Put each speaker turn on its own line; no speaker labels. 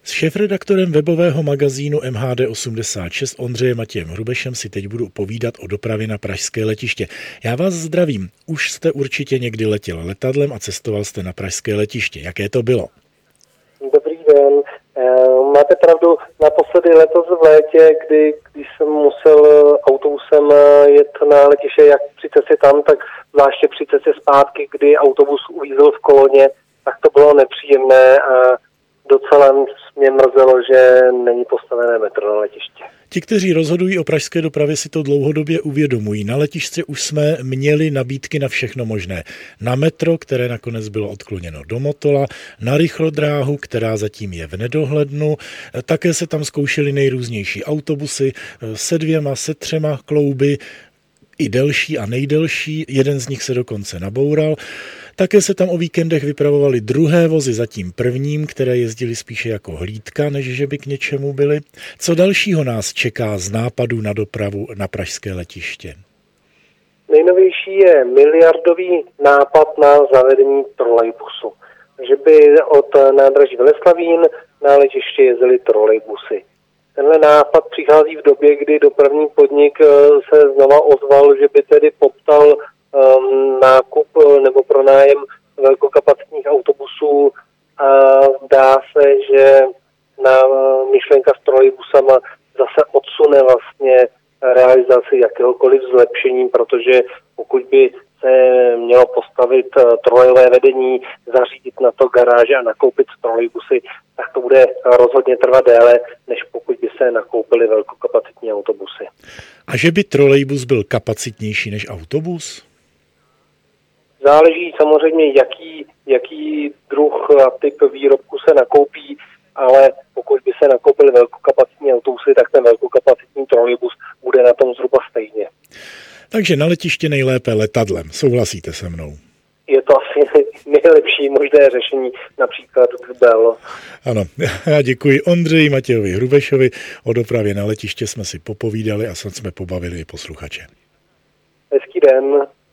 S šéfredaktorem webového magazínu MHD86 Ondřejem Matějem Hrubešem si teď budu povídat o dopravě na pražské letiště. Já vás zdravím. Už jste určitě někdy letěl letadlem a cestoval jste na pražské letiště. Jaké to bylo?
Dobrý den. Máte pravdu, naposledy letos v létě, když jsem musel autobusem jet na letiště, jak při cestě tam, tak zvláště při cestě zpátky, kdy autobus uvízl v koloně, tak to bylo nepříjemné a docela mě mrzelo, že není postavené metro na letiště.
Ti, kteří rozhodují o pražské dopravě, si to dlouhodobě uvědomují. Na letišti už jsme měli nabídky na všechno možné. Na metro, které nakonec bylo odkloněno do Motola, na rychlodráhu, která zatím je v nedohlednu. Také se tam zkoušely nejrůznější autobusy se 2, se 3 klouby, i delší a nejdelší. Jeden z nich se dokonce naboural. Také se tam o víkendech vypravovaly druhé vozy za tím prvním, které jezdily spíše jako hlídka, než že by k něčemu byly. Co dalšího nás čeká z nápadů na dopravu na pražské letiště?
Nejnovější je miliardový nápad na zavedení trolejbusu. Že by od nádraží Veleslavín na letiště jezdily trolejbusy. Tenhle nápad přichází v době, kdy dopravní podnik se znova ozval, že by tedy poptal nákup nebo pronájem velkokapacitních autobusů a zdá se, že na myšlenka s trolejbusama zase odsune vlastně realizaci jakéhokoliv zlepšení, protože pokud by se mělo postavit trolejové vedení, zařídit na to garáže a nakoupit trolejbusy, tak to bude rozhodně trvat déle, než pokud by se nakoupily velkokapacitní autobusy.
A že by trolejbus byl kapacitnější než autobus?
Záleží samozřejmě, jaký druh a typ výrobku se nakoupí, ale pokud by se nakoupily velkokapacitní autobusy, tak ten velkokapacitní trolejbus bude na tom zhruba stejně.
Takže na letiště nejlépe letadlem. Souhlasíte se mnou?
Je to asi nejlepší možné řešení, například v Bell.
Ano, já děkuji Ondřeji Matějovi Hrubešovi. O dopravě na letiště jsme si popovídali a snad jsme pobavili i posluchače.
Hezký den.